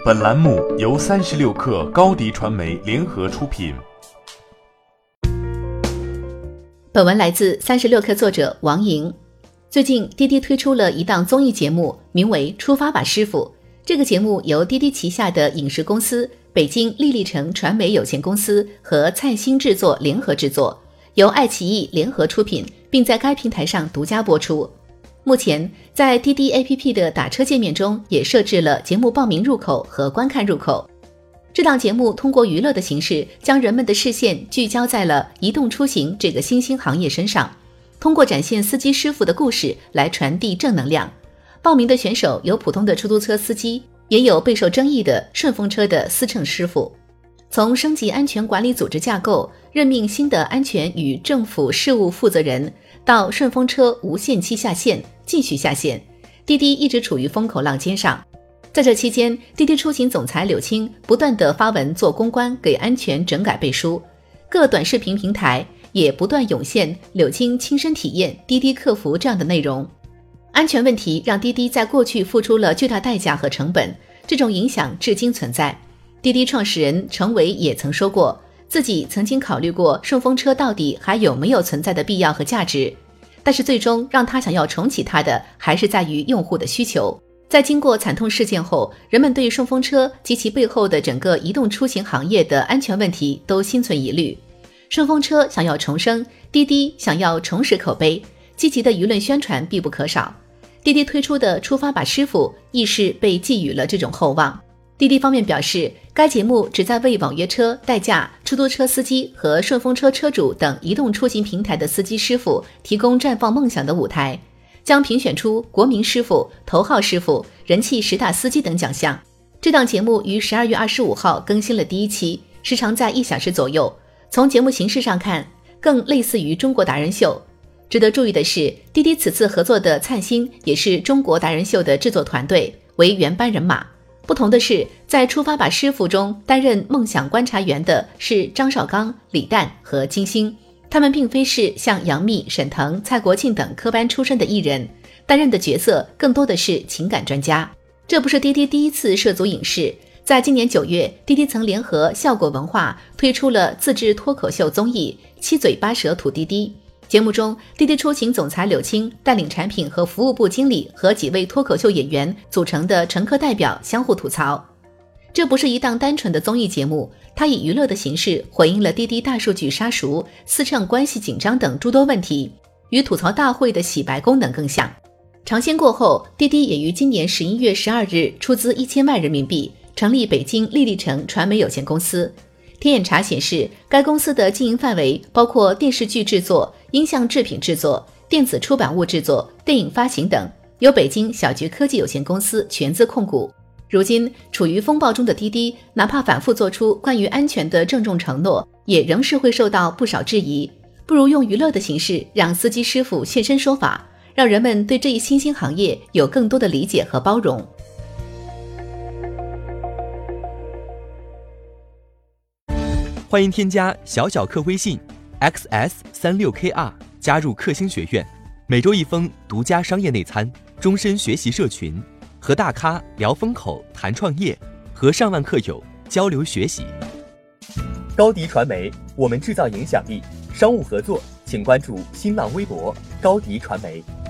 本栏目由36氪高迪传媒联合出品。 本文来自36氪作者王莹。最近滴滴推出了一档综艺节目，名为《出发吧师傅》。这个节目由滴滴旗下的影视公司北京丽丽城传媒有限公司和灿星制作联合制作，由爱奇艺联合出品，并在该平台上独家播出。目前在滴滴 APP 的打车界面中也设置了节目报名入口和观看入口。这档节目通过娱乐的形式，将人们的视线聚焦在了移动出行这个新兴行业身上，通过展现司机师傅的故事来传递正能量。报名的选手有普通的出租车司机，也有备受争议的顺风车的司乘师傅。从升级安全管理组织架构，任命新的安全与政府事务负责人，到顺风车无限期下线，继续下线，滴滴一直处于风口浪尖上。在这期间，滴滴出行总裁柳青不断地发文做公关，给安全整改背书。各短视频平台也不断涌现柳青亲身体验滴滴客服这样的内容。安全问题让滴滴在过去付出了巨大代价和成本，这种影响至今存在。滴滴创始人程维也曾说过，自己曾经考虑过顺风车到底还有没有存在的必要和价值，但是最终让他想要重启它的还是在于用户的需求。在经过惨痛事件后，人们对顺风车及其背后的整个移动出行行业的安全问题都心存疑虑。顺风车想要重生，滴滴想要重拾口碑，积极的舆论宣传必不可少。滴滴推出的出发吧师傅亦是被寄予了这种厚望。滴滴方面表示，该节目旨在为网约车、代驾、出租车司机和顺风车车主等移动出行平台的司机师傅提供绽放梦想的舞台，将评选出国民师傅、头号师傅、人气10大司机等奖项。这档节目于12月25号更新了第一期，时长在1小时左右。从节目形式上看，更类似于中国达人秀。值得注意的是，滴滴此次合作的灿星也是中国达人秀的制作团队，为原班人马。不同的是，在出发吧师傅中担任梦想观察员的是张绍刚、李诞和金星，他们并非是像杨幂、沈腾、蔡国庆等科班出身的艺人，担任的角色更多的是情感专家。这不是滴滴第一次涉足影视，在今年9月，滴滴曾联合效果文化推出了自制脱口秀综艺《七嘴八舌吐滴滴》。节目中，滴滴出行总裁柳青带领产品和服务部经理和几位脱口秀演员组成的乘客代表相互吐槽。这不是一档单纯的综艺节目，它以娱乐的形式回应了滴滴大数据杀熟、司乘关系紧张等诸多问题，与吐槽大会的洗白功能更像。尝鲜过后，滴滴也于今年11月12日出资1000万人民币成立北京丽丽城传媒有限公司。天眼查显示，该公司的经营范围包括电视剧制作、音像制品制作、电子出版物制作、电影发行等，由北京小桔科技有限公司全资控股。如今处于风暴中的滴滴，哪怕反复做出关于安全的郑重承诺，也仍是会受到不少质疑。不如用娱乐的形式让司机师傅现身说法，让人们对这一新兴行业有更多的理解和包容。 欢迎添加小客微信 xs36kr 加入克星学院，每周1封独家商业内参，终身学习社群，和大咖聊风口谈创业，和上万客友交流学习。高迪传媒，我们制造影响力。商务合作请关注新浪微博高迪传媒。